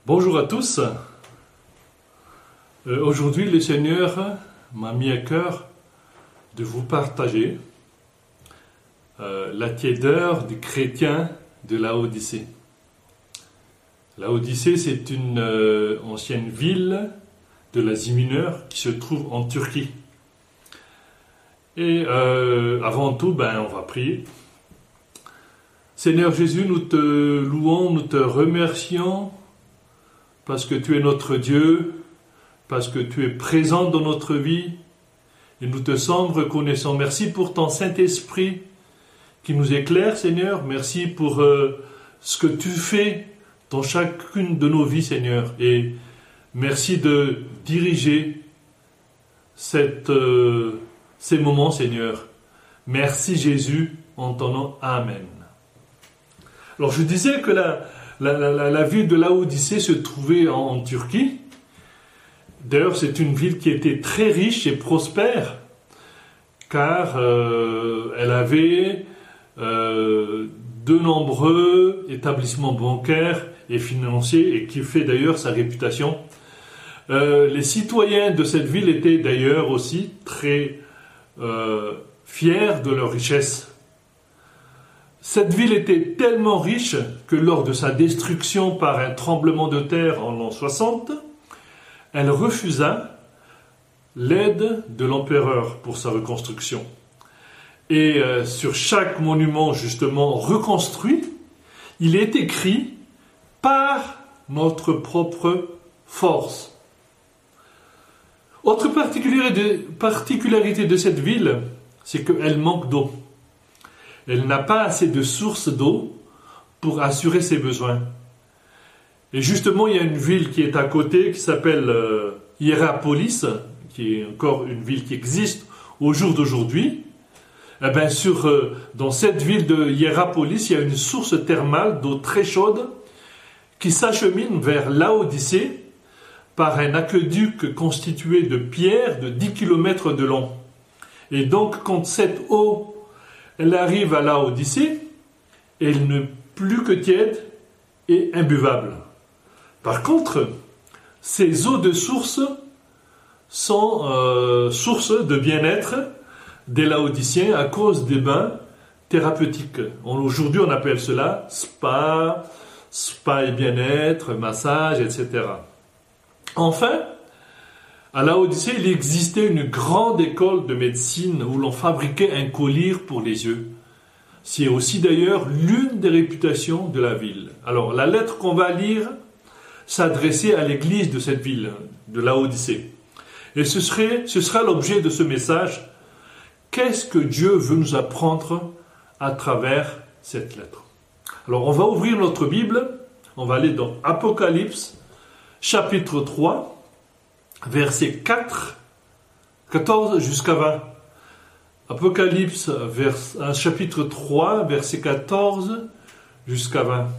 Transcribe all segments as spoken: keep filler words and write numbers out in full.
Bonjour à tous. Euh, aujourd'hui, le Seigneur m'a mis à cœur de vous partager euh, la tiédeur des chrétiens de Laodicée. Laodicée, c'est une euh, ancienne ville de l'Asie mineure qui se trouve en Turquie. Et euh, avant tout, ben, on va prier. Seigneur Jésus, nous te louons, nous te remercions parce que tu es notre Dieu, parce que tu es présent dans notre vie, et nous te sommes reconnaissants. Merci pour ton Saint-Esprit qui nous éclaire, Seigneur. Merci pour euh, ce que tu fais dans chacune de nos vies, Seigneur. Et merci de diriger cette, euh, ces moments, Seigneur. Merci Jésus, en ton nom. Amen. Alors je disais que la... La, la, la ville de Laodicée se trouvait en, en Turquie. D'ailleurs, c'est une ville qui était très riche et prospère, car euh, elle avait euh, de nombreux établissements bancaires et financiers, et qui fait d'ailleurs sa réputation. Euh, les citoyens de cette ville étaient d'ailleurs aussi très euh, fiers de leur richesse. Cette ville était tellement riche que lors de sa destruction par un tremblement de terre en l'an soixante, elle refusa l'aide de l'empereur pour sa reconstruction. Et euh, sur chaque monument justement reconstruit, il est écrit « par notre propre force ». Autre particularité de, particularité de cette ville, c'est qu'elle manque d'eau. Elle n'a pas assez de sources d'eau pour assurer ses besoins. Et justement, il y a une ville qui est à côté, qui s'appelle euh, Hiérapolis, qui est encore une ville qui existe au jour d'aujourd'hui. Eh bien, sur, euh, dans cette ville de Hiérapolis, il y a une source thermale d'eau très chaude qui s'achemine vers Laodicée par un aqueduc constitué de pierres de dix kilomètres de long. Et donc, quand cette eau elle arrive à Laodicée, elle n'est plus que tiède et imbuvable. Par contre, ces eaux de source sont euh, source de bien-être des Laodiciens à cause des bains thérapeutiques. Aujourd'hui, on appelle cela spa, spa et bien-être, massage, et cetera. Enfin, à Laodicée, il existait une grande école de médecine où l'on fabriquait un collier pour les yeux. C'est aussi d'ailleurs l'une des réputations de la ville. Alors, la lettre qu'on va lire s'adressait à l'église de cette ville, de Laodicée. Et ce serait, ce sera l'objet de ce message. Qu'est-ce que Dieu veut nous apprendre à travers cette lettre? Alors, on va ouvrir notre Bible. On va aller dans Apocalypse, chapitre trois. Versets quatre, quatorze jusqu'à vingt. Apocalypse, vers, chapitre trois, verset quatorze jusqu'à vingt.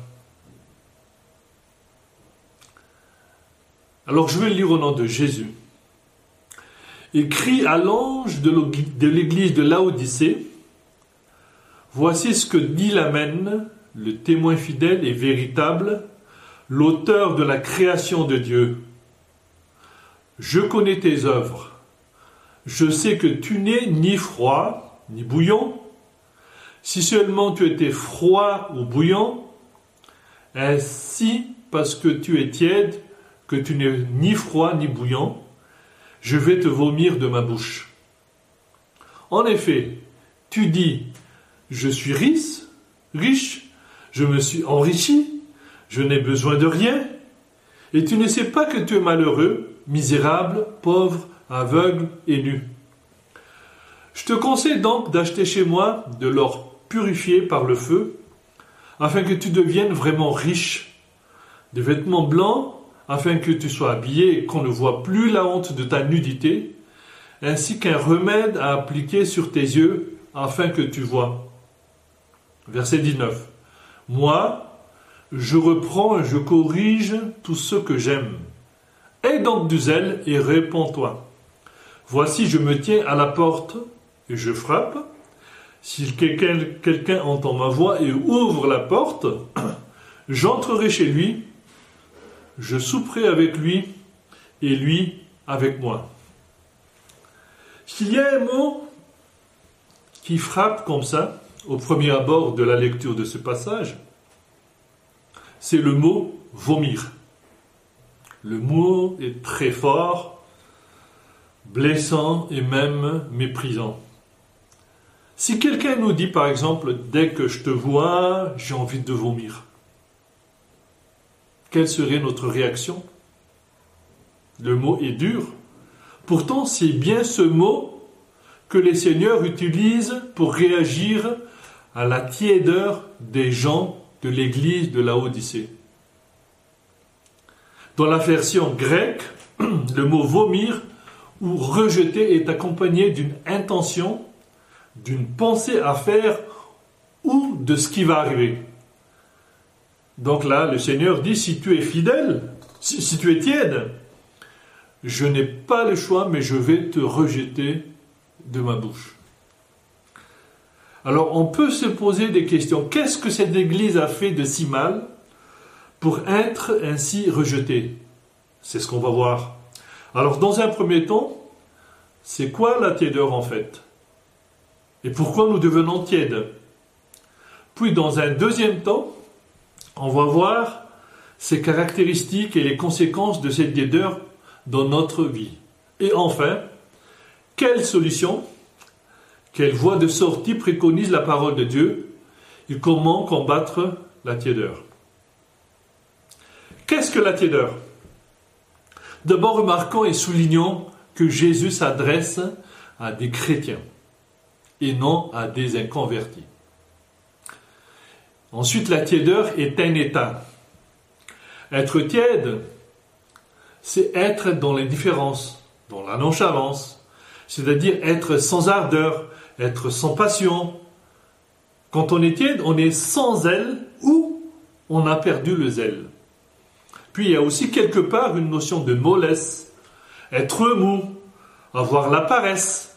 Alors je vais lire au nom de Jésus. Écrit à l'ange de l'église de Laodicée, voici ce que dit l'Amen, le témoin fidèle et véritable, l'auteur de la création de Dieu. Je connais tes œuvres. Je sais que tu n'es ni froid, ni bouillant. Si seulement tu étais froid ou bouillant, ainsi parce que tu es tiède, que tu n'es ni froid ni bouillant, je vais te vomir de ma bouche. En effet, tu dis, je suis riche, riche, je me suis enrichi, je n'ai besoin de rien, et tu ne sais pas que tu es malheureux, misérable, pauvre, aveugle et nu. Je te conseille donc d'acheter chez moi de l'or purifié par le feu, afin que tu deviennes vraiment riche, des vêtements blancs, afin que tu sois habillé et qu'on ne voit plus la honte de ta nudité, ainsi qu'un remède à appliquer sur tes yeux, afin que tu vois. Verset dix-neuf. Moi, je reprends et je corrige tous ceux que j'aime. Aie donc du zèle et répands-toi. Voici, je me tiens à la porte et je frappe. Si quelqu'un, quelqu'un entend ma voix et ouvre la porte, j'entrerai chez lui, je souperai avec lui et lui avec moi. S'il y a un mot qui frappe comme ça, au premier abord de la lecture de ce passage, c'est le mot « vomir ». Le mot est très fort, blessant et même méprisant. Si quelqu'un nous dit par exemple « dès que je te vois, j'ai envie de vomir », quelle serait notre réaction ? Le mot est dur. Pourtant, c'est bien ce mot que les seigneurs utilisent pour réagir à la tiédeur des gens de l'église de Laodicée. Dans la version grecque, le mot vomir ou rejeter est accompagné d'une intention, d'une pensée à faire ou de ce qui va arriver. Donc là, le Seigneur dit, si tu es fidèle, si, si tu es tiède, je n'ai pas le choix, mais je vais te rejeter de ma bouche. Alors on peut se poser des questions. Qu'est-ce que cette Église a fait de si mal pour être ainsi rejetée? C'est ce qu'on va voir. Alors dans un premier temps, c'est quoi la tiédeur en fait? Et pourquoi nous devenons tièdes? Puis dans un deuxième temps, on va voir ses caractéristiques et les conséquences de cette tiédeur dans notre vie. Et enfin, quelle solution, quelle voie de sortie préconise la parole de Dieu et comment combattre la tiédeur? Qu'est-ce que la tiédeur? D'abord, remarquons et soulignons que Jésus s'adresse à des chrétiens et non à des inconvertis. Ensuite, la tiédeur est un état. Être tiède, c'est être dans l'indifférence, dans la nonchalance, c'est-à-dire être sans ardeur, être sans passion. Quand on est tiède, on est sans zèle ou on a perdu le zèle. Puis il y a aussi quelque part une notion de mollesse, être mou, avoir la paresse.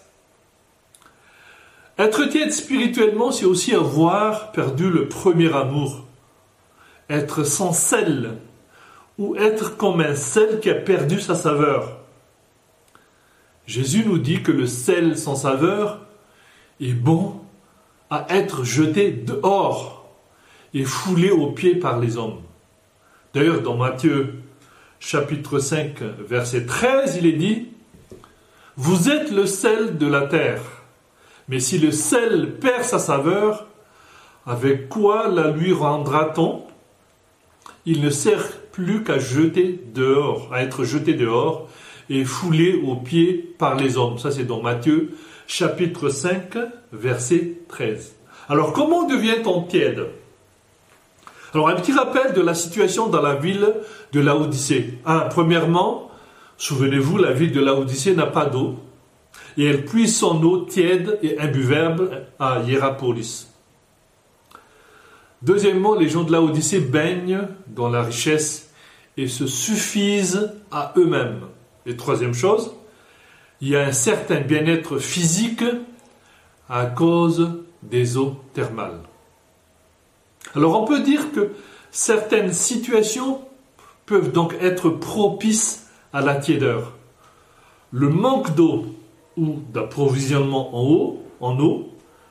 Être tiède spirituellement, c'est aussi avoir perdu le premier amour, être sans sel, ou être comme un sel qui a perdu sa saveur. Jésus nous dit que le sel sans saveur est bon à être jeté dehors et foulé aux pieds par les hommes. D'ailleurs, dans Matthieu chapitre cinq, verset treize, il est dit « Vous êtes le sel de la terre, mais si le sel perd sa saveur, avec quoi la lui rendra-t-on? Il ne sert plus qu'à jeter dehors, à être jeté dehors et foulé aux pieds par les hommes. » Ça, c'est dans Matthieu, chapitre cinq, verset treize. Alors, comment devient-on tiède? Alors, un petit rappel de la situation dans la ville de Laodicée. Un, premièrement, souvenez-vous, la ville de Laodicée n'a pas d'eau et elle puise son eau tiède et imbuvable à Hiérapolis. Deuxièmement, les gens de Laodicée baignent dans la richesse et se suffisent à eux-mêmes. Et troisième chose, il y a un certain bien-être physique à cause des eaux thermales. Alors on peut dire que certaines situations peuvent donc être propices à la tiédeur. Le manque d'eau ou d'approvisionnement en eau, en eau,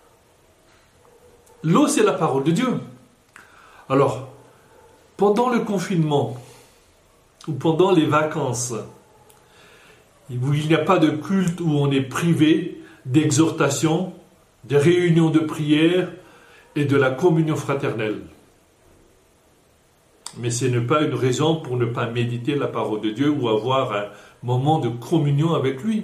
l'eau c'est la parole de Dieu. Alors, pendant le confinement ou pendant les vacances, où il n'y a pas de culte, où on est privé d'exhortation, de réunions de prière et de la communion fraternelle. Mais ce n'est pas une raison pour ne pas méditer la parole de Dieu ou avoir un moment de communion avec lui.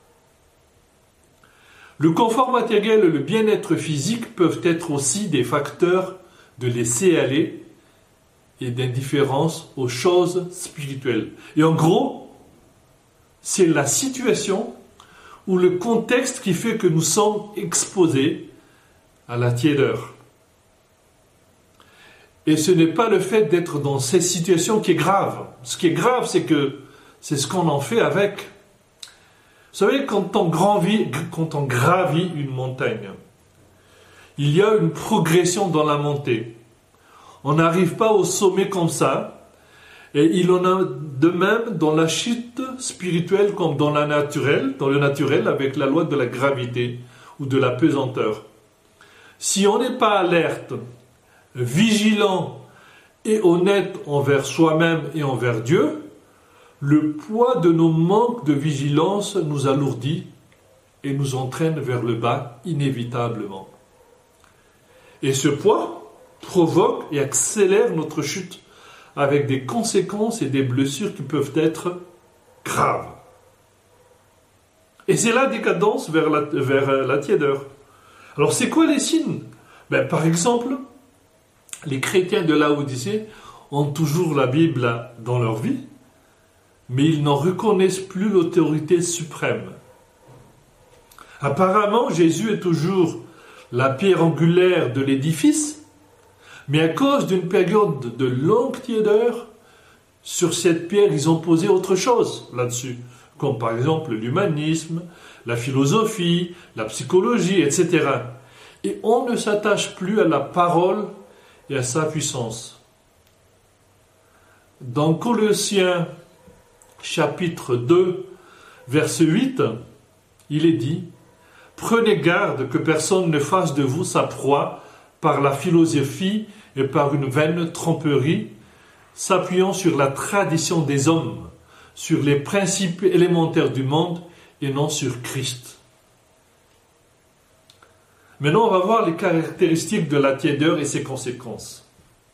Le confort matériel et le bien-être physique peuvent être aussi des facteurs de laisser aller et d'indifférence aux choses spirituelles. Et en gros, c'est la situation ou le contexte qui fait que nous sommes exposés à la tiédeur. Et ce n'est pas le fait d'être dans ces situations qui est grave. Ce qui est grave, c'est que c'est ce qu'on en fait avec. Vous savez, quand on gravit, quand on gravit une montagne, il y a une progression dans la montée. On n'arrive pas au sommet comme ça, Et il en a de même dans la chute spirituelle comme dans la naturelle, dans le naturel avec la loi de la gravité ou de la pesanteur. Si on n'est pas alerte, vigilant et honnête envers soi-même et envers Dieu, le poids de nos manques de vigilance nous alourdit et nous entraîne vers le bas inévitablement. Et ce poids provoque et accélère notre chute avec des conséquences et des blessures qui peuvent être graves. Et c'est la décadence vers la, vers la tiédeur. Alors c'est quoi les signes? Ben, par exemple, les chrétiens de Laodicée ont toujours la Bible dans leur vie, mais ils n'en reconnaissent plus l'autorité suprême. Apparemment, Jésus est toujours la pierre angulaire de l'édifice, mais à cause d'une période de longue tiédeur, sur cette pierre, ils ont posé autre chose là-dessus, comme par exemple l'humanisme, la philosophie, la psychologie, et cetera. Et on ne s'attache plus à la parole et à sa puissance. Dans Colossiens chapitre deux, verset huit, il est dit « Prenez garde que personne ne fasse de vous sa proie par la philosophie et par une vaine tromperie, s'appuyant sur la tradition des hommes, sur les principes élémentaires du monde et non sur Christ. » Maintenant, on va voir les caractéristiques de la tiédeur et ses conséquences.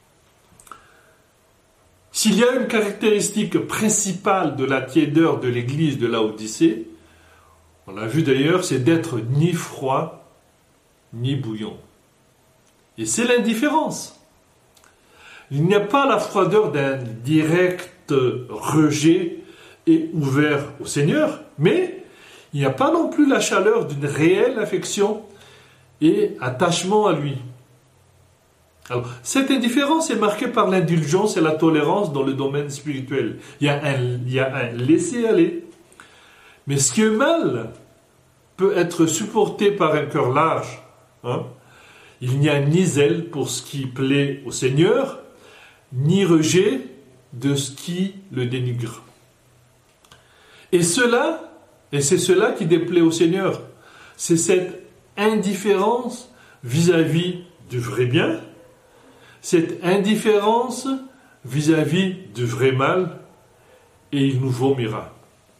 S'il y a une caractéristique principale de la tiédeur de l'église de Laodicée, on l'a vu d'ailleurs, c'est d'être ni froid ni bouillant. Et c'est l'indifférence. Il n'y a pas la froideur d'un direct rejet et ouvert au Seigneur, mais il n'y a pas non plus la chaleur d'une réelle affection et attachement à lui. Alors, cette indifférence est marquée par l'indulgence et la tolérance dans le domaine spirituel. Il y a un, il y a un laisser-aller. Mais ce qui est mal peut être supporté par un cœur large. Hein? Il n'y a ni zèle pour ce qui plaît au Seigneur, ni rejet de ce qui le dénigre. Et cela, et c'est cela qui déplaît au Seigneur, c'est cette indifférence vis-à-vis du vrai bien, cette indifférence vis-à-vis du vrai mal, et il nous vomira.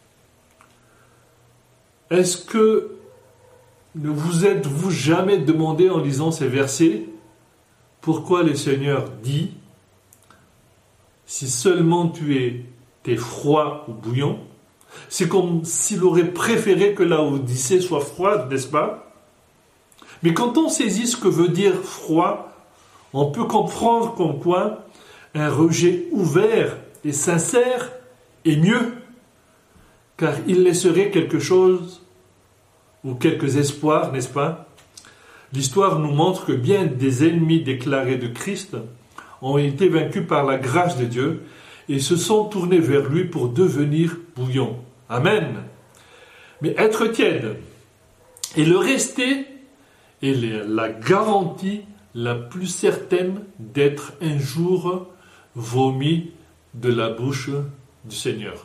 Est-ce que ne vous êtes-vous jamais demandé en lisant ces versets pourquoi le Seigneur dit « Si seulement tu étais froid ou bouillant », c'est comme s'il aurait préféré que la Odyssée soit froide, n'est-ce pas? Mais quand on saisit ce que veut dire froid, on peut comprendre comme quoi un rejet ouvert et sincère est mieux, car il laisserait quelque chose ou quelques espoirs, n'est-ce pas? L'histoire nous montre que bien des ennemis déclarés de Christ ont été vaincus par la grâce de Dieu et se sont tournés vers lui pour devenir bouillants. Amen. Mais être tiède et le rester est la garantie la plus certaine d'être un jour vomi de la bouche du Seigneur.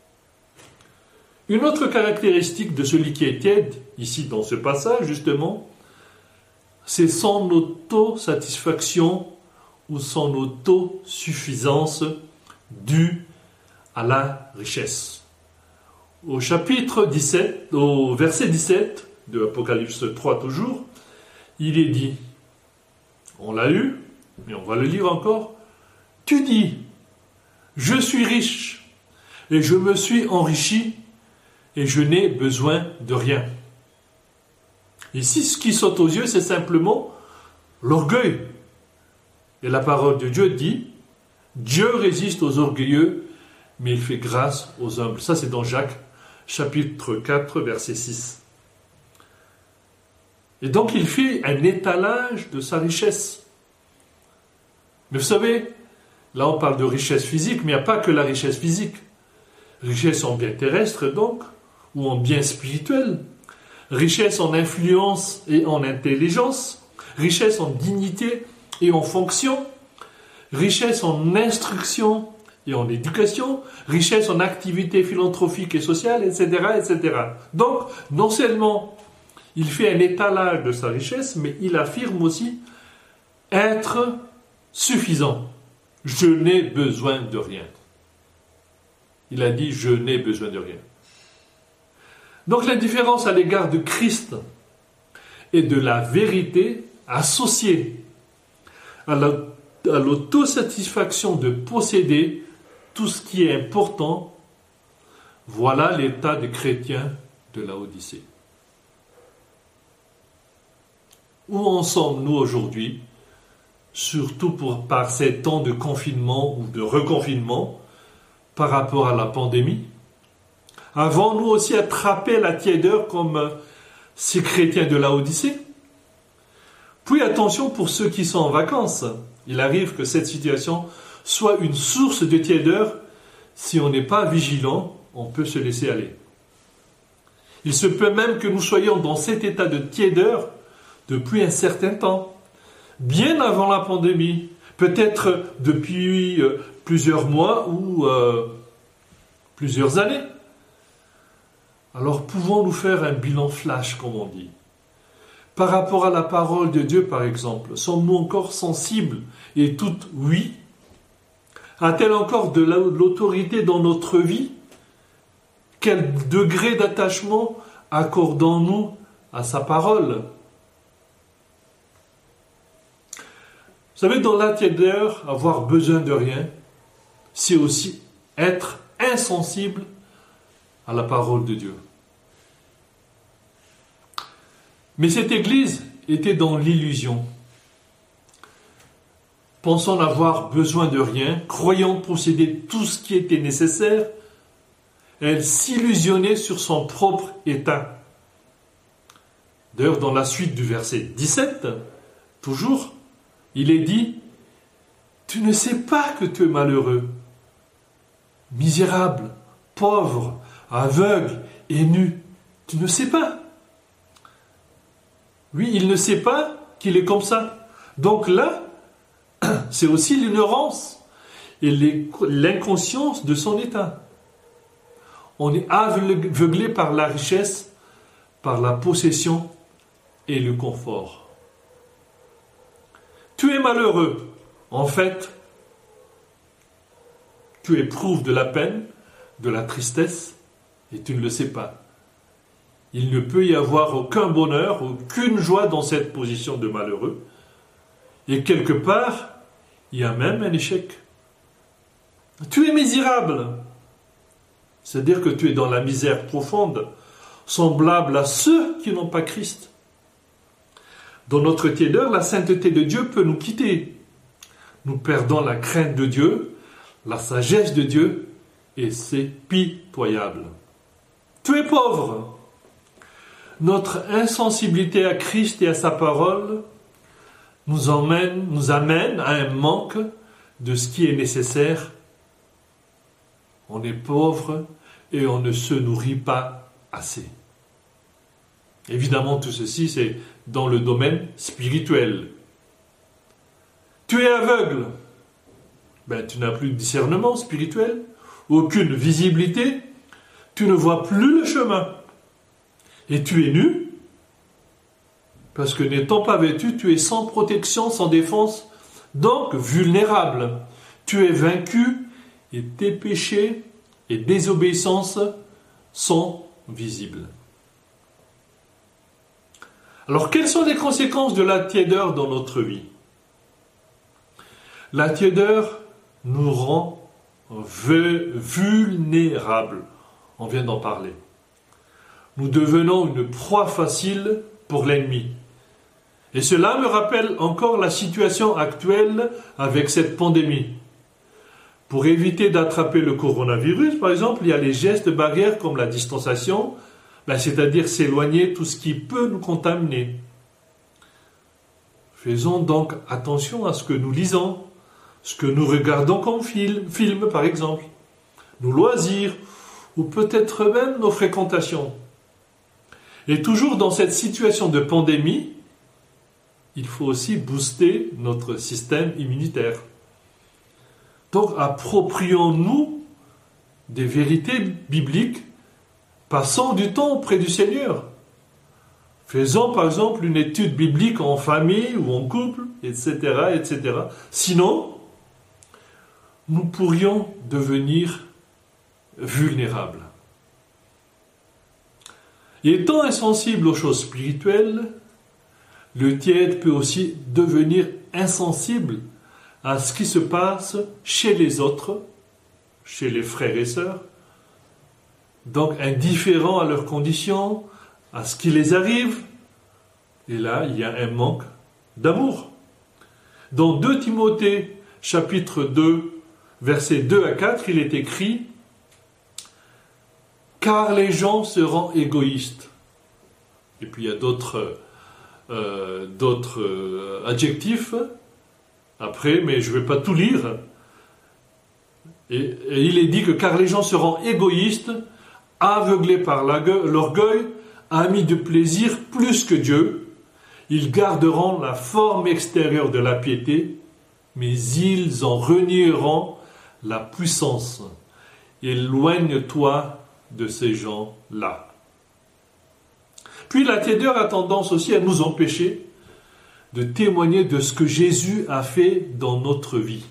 Une autre caractéristique de celui qui est tiède, ici dans ce passage justement, c'est son autosatisfaction ou son autosuffisance due à la richesse. Au chapitre dix-sept, au verset dix-sept de Apocalypse trois toujours, il est dit, on l'a eu, mais on va le lire encore, « Tu dis, je suis riche, et je me suis enrichi, et je n'ai besoin de rien. » Ici, ce qui saute aux yeux, c'est simplement l'orgueil. Et la parole de Dieu dit, « Dieu résiste aux orgueilleux, mais il fait grâce aux humbles. » Ça, c'est dans Jacques, chapitre quatre, verset six. Et donc, il fait un étalage de sa richesse. Mais vous savez, là, on parle de richesse physique, mais il n'y a pas que la richesse physique. Richesse en biens terrestres, donc, ou en biens spirituels. Richesse en influence et en intelligence. Richesse en dignité et en fonction. Richesse en instruction et en éducation, richesse en activités philanthropiques et sociales, et cetera, et cetera. Donc, non seulement il fait un étalage de sa richesse, mais il affirme aussi être suffisant. Je n'ai besoin de rien. Il a dit, je n'ai besoin de rien. Donc l'indifférence à l'égard de Christ et de la vérité associée à la, à l'autosatisfaction de posséder tout ce qui est important, voilà l'état des chrétiens de Laodicée. Où en sommes-nous aujourd'hui, surtout pour, par ces temps de confinement ou de reconfinement par rapport à la pandémie? Avons-nous aussi attrapé la tiédeur comme ces chrétiens de Laodicée? Puis attention pour ceux qui sont en vacances. Il arrive que cette situation soit une source de tiédeur. Si on n'est pas vigilant, on peut se laisser aller. Il se peut même que nous soyons dans cet état de tiédeur depuis un certain temps, bien avant la pandémie, peut-être depuis euh, plusieurs mois ou euh, plusieurs années. Alors pouvons-nous faire un bilan flash, comme on dit? Par rapport à la parole de Dieu, par exemple, sommes-nous encore sensibles et toutes oui? A-t-elle encore de l'autorité dans notre vie? Quel degré d'attachement accordons-nous à sa parole? Vous savez, dans la tiédeur, avoir besoin de rien, c'est aussi être insensible à la parole de Dieu. Mais cette Église était dans l'illusion. Pensant n'avoir besoin de rien, croyant posséder tout ce qui était nécessaire, elle s'illusionnait sur son propre état. D'ailleurs, dans la suite du verset dix-sept, toujours, il est dit « Tu ne sais pas que tu es malheureux, misérable, pauvre, aveugle et nu. Tu ne sais pas. » Oui, il ne sait pas qu'il est comme ça. Donc là, c'est aussi l'ignorance et l'inconscience de son état. On est aveuglé par la richesse, par la possession et le confort. Tu es malheureux. En fait, tu éprouves de la peine, de la tristesse, et tu ne le sais pas. Il ne peut y avoir aucun bonheur, aucune joie dans cette position de malheureux. Et quelque part, il y a même un échec. Tu es misérable. C'est-à-dire que tu es dans la misère profonde, semblable à ceux qui n'ont pas Christ. Dans notre tiédeur, la sainteté de Dieu peut nous quitter. Nous perdons la crainte de Dieu, la sagesse de Dieu, et c'est pitoyable. Tu es pauvre. Notre insensibilité à Christ et à sa parole nous emmène, nous amène à un manque de ce qui est nécessaire. On est pauvre et on ne se nourrit pas assez. Évidemment, tout ceci, c'est dans le domaine spirituel. Tu es aveugle. Ben, tu n'as plus de discernement spirituel, aucune visibilité, tu ne vois plus le chemin. Et tu es nu, parce que n'étant pas vêtu, tu es sans protection, sans défense, donc vulnérable. Tu es vaincu et tes péchés et désobéissances sont visibles. Alors, quelles sont les conséquences de la tiédeur dans notre vie? La tiédeur nous rend vulnérables. On vient d'en parler. Nous devenons une proie facile pour l'ennemi. Et cela me rappelle encore la situation actuelle avec cette pandémie. Pour éviter d'attraper le coronavirus, par exemple, il y a les gestes barrières comme la distanciation, ben, c'est-à-dire s'éloigner tout ce qui peut nous contaminer. Faisons donc attention à ce que nous lisons, ce que nous regardons comme film, film par exemple, nos loisirs, ou peut-être même nos fréquentations. Et toujours dans cette situation de pandémie, il faut aussi booster notre système immunitaire. Donc approprions-nous des vérités bibliques, passons du temps auprès du Seigneur. Faisons par exemple une étude biblique en famille ou en couple, et cetera, et cetera. Sinon, nous pourrions devenir vulnérables. Et étant insensible aux choses spirituelles, le tiède peut aussi devenir insensible à ce qui se passe chez les autres, chez les frères et sœurs, donc indifférent à leurs conditions, à ce qui les arrive. Et là, il y a un manque d'amour. Dans deux Timothée, chapitre deux, versets deux à quatre, il est écrit « Car les gens seront égoïstes. » Et puis il y a d'autres, euh, d'autres euh, adjectifs après, mais je ne vais pas tout lire. Et, et il est dit que « Car les gens seront égoïstes, aveuglés par l'orgueil, amis de plaisir plus que Dieu. Ils garderont la forme extérieure de la piété, mais ils en renieront la puissance. Éloigne-toi de ces gens-là. » Puis la tiédeur a tendance aussi à nous empêcher de témoigner de ce que Jésus a fait dans notre vie.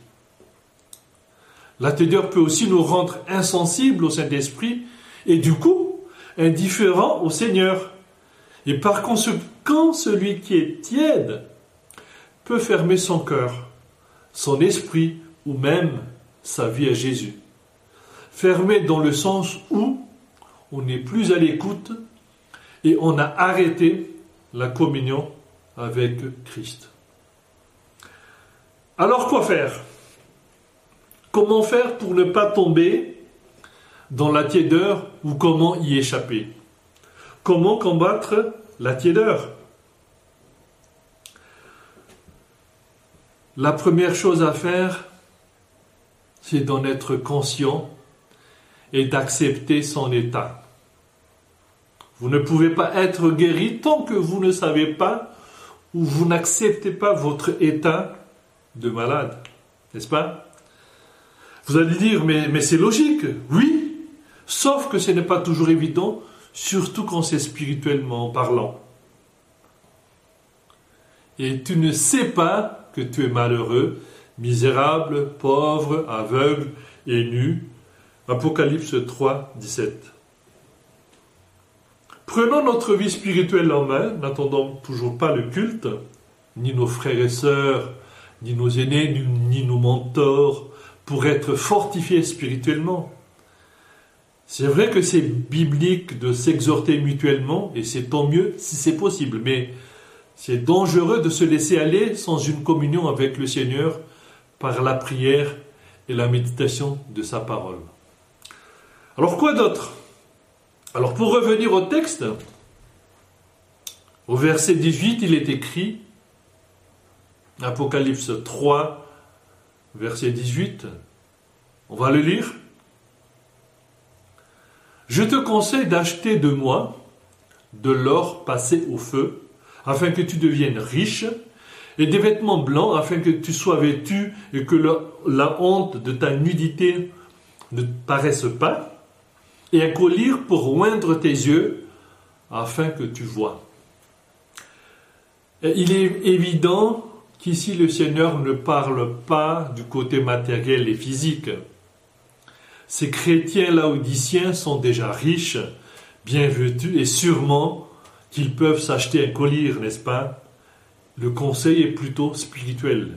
La tiédeur peut aussi nous rendre insensibles au Saint-Esprit et du coup indifférents au Seigneur. Et par conséquent, celui qui est tiède peut fermer son cœur, son esprit ou même sa vie à Jésus. Fermé dans le sens où on n'est plus à l'écoute et on a arrêté la communion avec Christ. Alors quoi faire ? Comment faire pour ne pas tomber dans la tiédeur ou comment y échapper ? Comment combattre la tiédeur ? La première chose à faire, c'est d'en être conscient et d'accepter son état. Vous ne pouvez pas être guéri tant que vous ne savez pas ou vous n'acceptez pas votre état de malade. N'est-ce pas ? Vous allez dire, mais, mais c'est logique. Oui, sauf que ce n'est pas toujours évident, surtout quand c'est spirituellement parlant. Et tu ne sais pas que tu es malheureux, misérable, pauvre, aveugle et nu. Apocalypse trois, dix-sept. Prenons notre vie spirituelle en main, n'attendons toujours pas le culte, ni nos frères et sœurs, ni nos aînés, ni, ni nos mentors, pour être fortifiés spirituellement. C'est vrai que c'est biblique de s'exhorter mutuellement, et c'est tant mieux si c'est possible, mais c'est dangereux de se laisser aller sans une communion avec le Seigneur par la prière et la méditation de sa parole. Alors quoi d'autre ? Alors pour revenir au texte, au verset dix-huit, il est écrit, Apocalypse trois, verset dix-huit, on va le lire. « Je te conseille d'acheter de moi de l'or passé au feu, afin que tu deviennes riche, et des vêtements blancs, afin que tu sois vêtu et que la, la honte de ta nudité ne paraisse pas, et un collier pour oindre tes yeux, afin que tu vois. » Il est évident qu'ici le Seigneur ne parle pas du côté matériel et physique. Ces chrétiens laodiciens sont déjà riches, bien vêtus, et sûrement qu'ils peuvent s'acheter un collier, n'est-ce pas ? Le conseil est plutôt spirituel.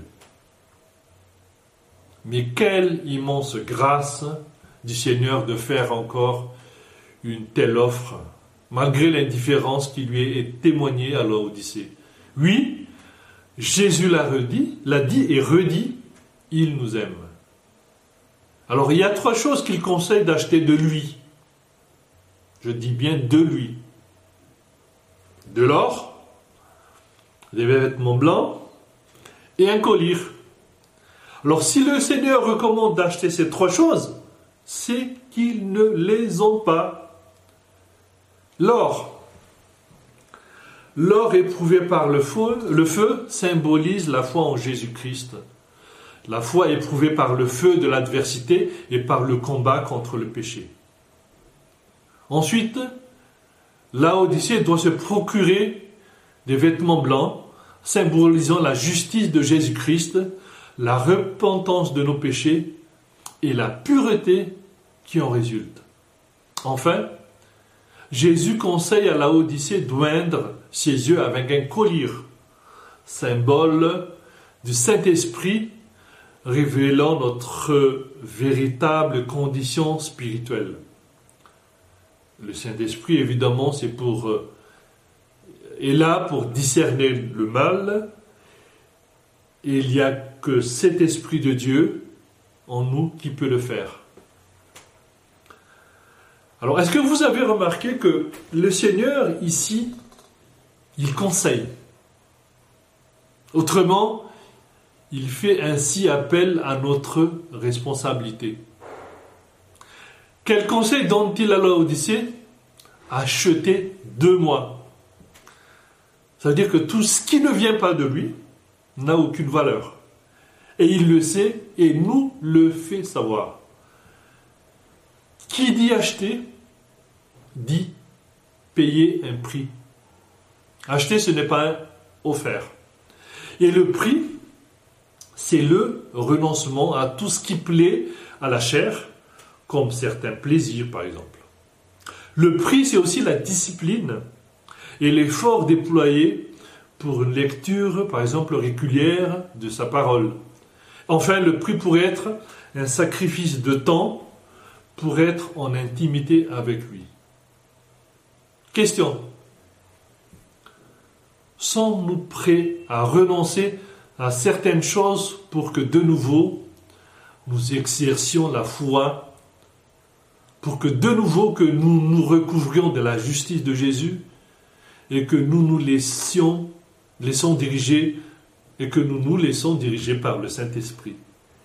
Mais quelle immense grâce du Seigneur de faire encore une telle offre, malgré l'indifférence qui lui est témoignée à l'Odyssée. Oui, Jésus l'a redit, l'a dit et redit, il nous aime. Alors il y a trois choses qu'il conseille d'acheter de lui. Je dis bien de lui. De l'or, des vêtements blancs et un collier. Alors si le Seigneur recommande d'acheter ces trois choses, c'est qu'ils ne les ont pas. L'or. L'or éprouvé par le feu, le feu symbolise la foi en Jésus-Christ. La foi éprouvée par le feu de l'adversité et par le combat contre le péché. Ensuite, Laodicée doit se procurer des vêtements blancs, symbolisant la justice de Jésus-Christ, la repentance de nos péchés et la pureté qui en résulte. Enfin, Jésus conseille à Laodicée d'oindre ses yeux avec un collyre, symbole du Saint-Esprit, révélant notre véritable condition spirituelle. Le Saint-Esprit, évidemment, c'est pour, euh, est là pour discerner le mal, et il n'y a que cet Esprit de Dieu en nous qui peut le faire. Alors, est-ce que vous avez remarqué que le Seigneur, ici, il conseille? Autrement, il fait ainsi appel à notre responsabilité. Quel conseil donne-t-il à Laodicée? Acheter de moi. Ça veut dire que tout ce qui ne vient pas de lui n'a aucune valeur. Et il le sait et nous le fait savoir. Qui dit acheter, dit payer un prix. Acheter, ce n'est pas un offert. Et le prix, c'est le renoncement à tout ce qui plaît à la chair, comme certains plaisirs par exemple. Le prix, c'est aussi la discipline et l'effort déployé pour une lecture, par exemple, régulière de sa parole. Enfin, le prix pourrait être un sacrifice de temps pour être en intimité avec lui. Question. Sommes-nous prêts à renoncer à certaines choses pour que de nouveau nous exercions la foi, pour que de nouveau que nous nous recouvrions de la justice de Jésus et que nous nous laissions, laissons diriger et que nous nous laissons diriger par le Saint-Esprit.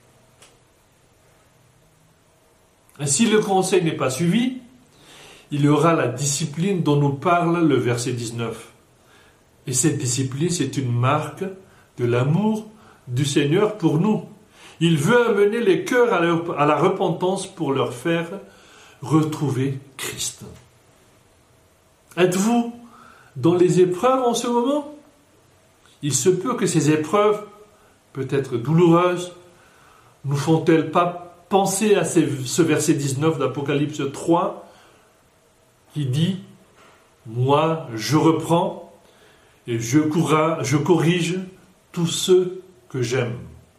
Et si le conseil n'est pas suivi, il y aura la discipline dont nous parle le verset dix-neuf. Et cette discipline, c'est une marque de l'amour du Seigneur pour nous. Il veut amener les cœurs à la repentance pour leur faire retrouver Christ. Êtes-vous dans les épreuves en ce moment? Il se peut que ces épreuves, peut-être douloureuses, nous font-elles pas penser à ce verset dix-neuf d'Apocalypse trois qui dit « Moi, je reprends et je, courra, je corrige tous ceux que j'aime. »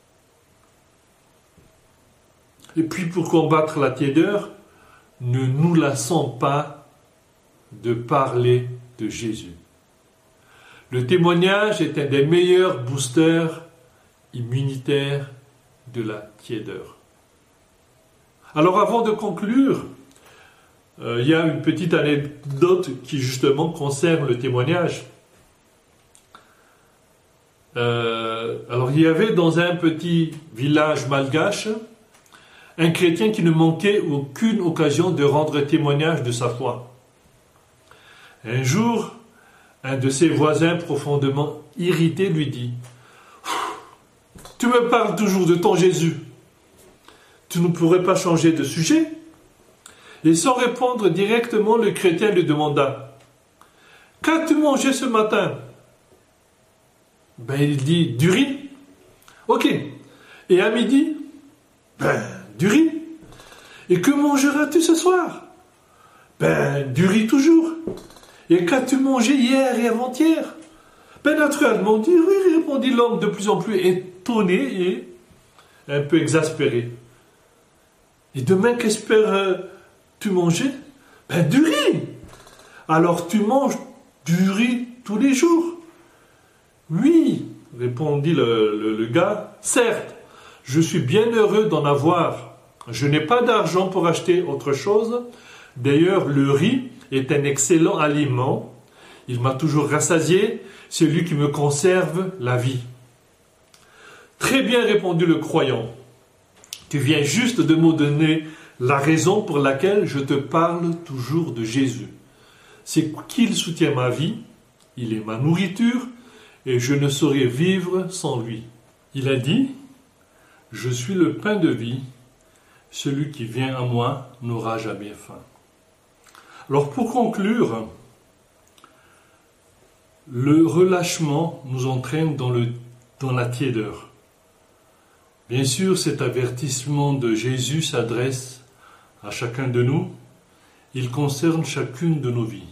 Et puis pour combattre la tiédeur, ne nous lassons pas de parler de Jésus. Le témoignage est un des meilleurs boosters immunitaires de la tiédeur. Alors avant de conclure, euh, il y a une petite anecdote qui justement concerne le témoignage. Euh, alors il y avait dans un petit village malgache un chrétien qui ne manquait aucune occasion de rendre témoignage de sa foi. Un jour, un de ses voisins profondément irrité lui dit « Tu me parles toujours de ton Jésus. Tu ne pourrais pas changer de sujet ?» Et sans répondre directement, le chrétien lui demanda « Qu'as-tu mangé ce matin ?» Ben il dit « Du riz. » « Ok. Et à midi ?»« Ben, du riz. » « Et que mangeras-tu ce soir ?»« Ben, du riz toujours. » « Et qu'as-tu mangé hier et avant-hier ?»« Ben, naturellement, du riz, » répondit l'homme de plus en plus étonné et un peu exaspéré. « Et demain, qu'espères-tu manger ?»« Ben, du riz. »« Alors tu manges du riz tous les jours ?»« Oui, » répondit le, le, le gars, « certes, je suis bien heureux d'en avoir. Je n'ai pas d'argent pour acheter autre chose. D'ailleurs, le riz est un excellent aliment. Il m'a toujours rassasié, c'est lui qui me conserve la vie. » Très bien, répondit le croyant. Tu viens juste de me donner la raison pour laquelle je te parle toujours de Jésus. C'est qu'il soutient ma vie, il est ma nourriture, et je ne saurais vivre sans lui. Il a dit, Je suis le pain de vie, celui qui vient à moi n'aura jamais faim. Alors pour conclure, le relâchement nous entraîne dans, le, dans la tiédeur. Bien sûr, cet avertissement de Jésus s'adresse à chacun de nous. Il concerne chacune de nos vies.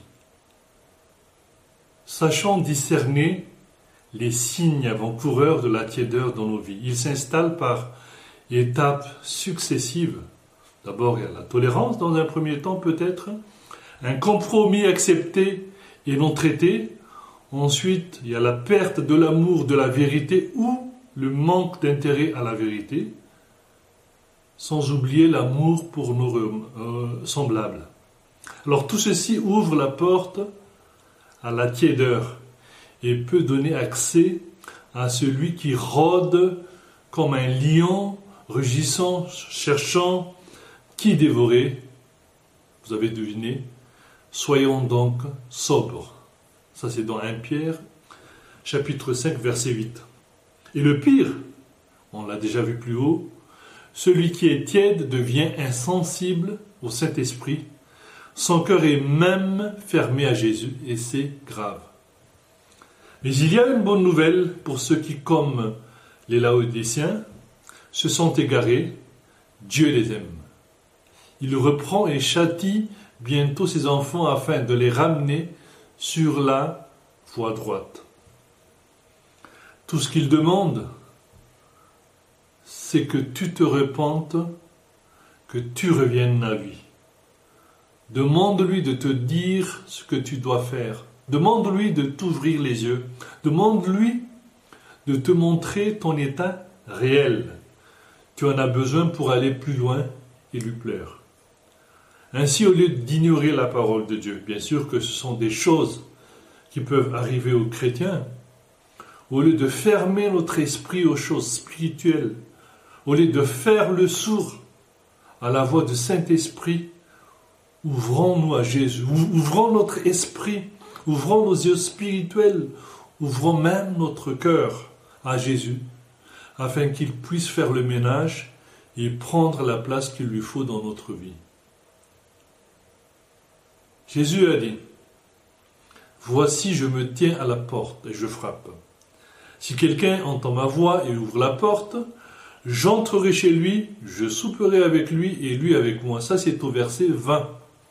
Sachant discerner les signes avant-coureurs de la tiédeur dans nos vies. Ils s'installent par étapes successives. D'abord, il y a la tolérance dans un premier temps peut-être, un compromis accepté et non traité. Ensuite, il y a la perte de l'amour de la vérité ou le manque d'intérêt à la vérité, sans oublier l'amour pour nos euh, semblables. Alors tout ceci ouvre la porte à la tiédeur et peut donner accès à celui qui rôde comme un lion, rugissant, cherchant qui dévorer. Vous avez deviné. Soyons donc sobres. Ça c'est dans premier Pierre, chapitre cinq, verset huit. Et le pire, on l'a déjà vu plus haut, celui qui est tiède devient insensible au Saint-Esprit. Son cœur est même fermé à Jésus et c'est grave. Mais il y a une bonne nouvelle pour ceux qui, comme les Laodiciens, se sont égarés. Dieu les aime. Il reprend et châtie bientôt ses enfants afin de les ramener sur la voie droite. Tout ce qu'il demande, c'est que tu te repentes, que tu reviennes à lui. Demande-lui de te dire ce que tu dois faire. Demande-lui de t'ouvrir les yeux. Demande-lui de te montrer ton état réel. Tu en as besoin pour aller plus loin et lui plaire. Ainsi, au lieu d'ignorer la parole de Dieu, bien sûr que ce sont des choses qui peuvent arriver aux chrétiens, au lieu de fermer notre esprit aux choses spirituelles, au lieu de faire le sourd à la voix du Saint-Esprit, ouvrons-nous à Jésus, ouvrons notre esprit, ouvrons nos yeux spirituels, ouvrons même notre cœur à Jésus, afin qu'il puisse faire le ménage et prendre la place qu'il lui faut dans notre vie. Jésus a dit, « Voici, je me tiens à la porte et je frappe. Si quelqu'un entend ma voix et ouvre la porte, j'entrerai chez lui, je souperai avec lui et lui avec moi. » Ça, c'est au verset vingt.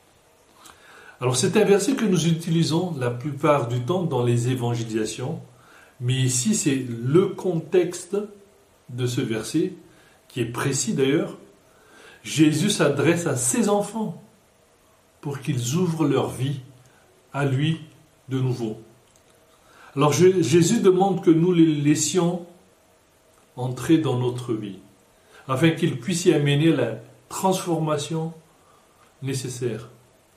Alors, c'est un verset que nous utilisons la plupart du temps dans les évangélisations, mais ici, c'est le contexte de ce verset, qui est précis d'ailleurs. Jésus s'adresse à ses enfants pour qu'ils ouvrent leur vie à lui de nouveau. Alors, je, Jésus demande que nous les laissions entrer dans notre vie, afin qu'il puisse y amener la transformation nécessaire.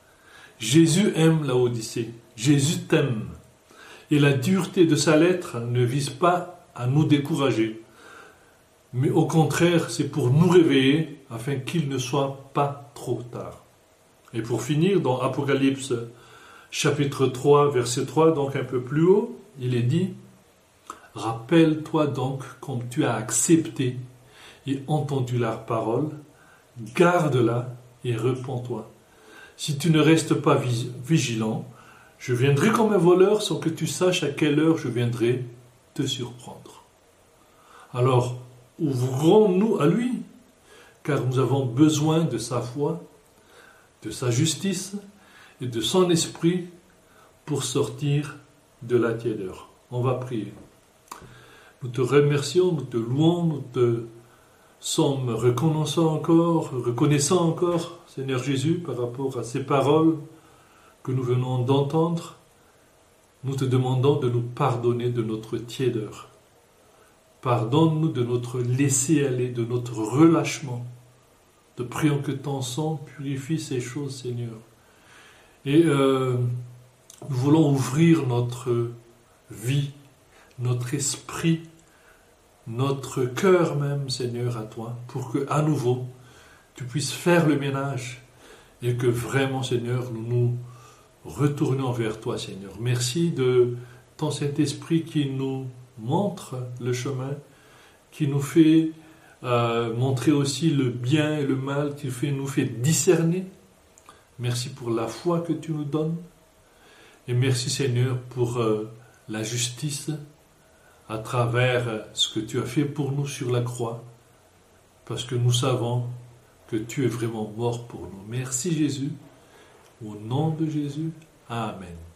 Jésus aime la Odyssée. Jésus t'aime. Et la dureté de sa lettre ne vise pas à nous décourager, mais au contraire, c'est pour nous réveiller afin qu'il ne soit pas trop tard. Et pour finir, dans Apocalypse chapitre trois, verset trois, donc un peu plus haut, il est dit « Rappelle-toi donc comme tu as accepté et entendu la parole, garde-la et repens-toi. Si tu ne restes pas vigilant, je viendrai comme un voleur sans que tu saches à quelle heure je viendrai te surprendre. » Alors, ouvrons-nous à lui, car nous avons besoin de sa foi, de sa justice et de son esprit pour sortir de la tiédeur. On va prier. Nous te remercions, nous te louons, nous te sommes reconnaissants encore, reconnaissants encore, Seigneur Jésus, par rapport à ces paroles que nous venons d'entendre. Nous te demandons de nous pardonner de notre tiédeur. Pardonne-nous de notre laisser-aller, de notre relâchement. Te prions que ton sang purifie ces choses, Seigneur. Et euh, nous voulons ouvrir notre vie, notre esprit, notre cœur même, Seigneur, à toi, pour que, à nouveau, tu puisses faire le ménage et que vraiment, Seigneur, nous nous retournions vers toi, Seigneur. Merci de ton Saint-Esprit qui nous montre le chemin, qui nous fait euh, montrer aussi le bien et le mal, tu fais, nous fais discerner. Merci pour la foi que tu nous donnes. Et merci Seigneur pour euh, la justice à travers ce que tu as fait pour nous sur la croix. Parce que nous savons que tu es vraiment mort pour nous. Merci Jésus. Au nom de Jésus. Amen.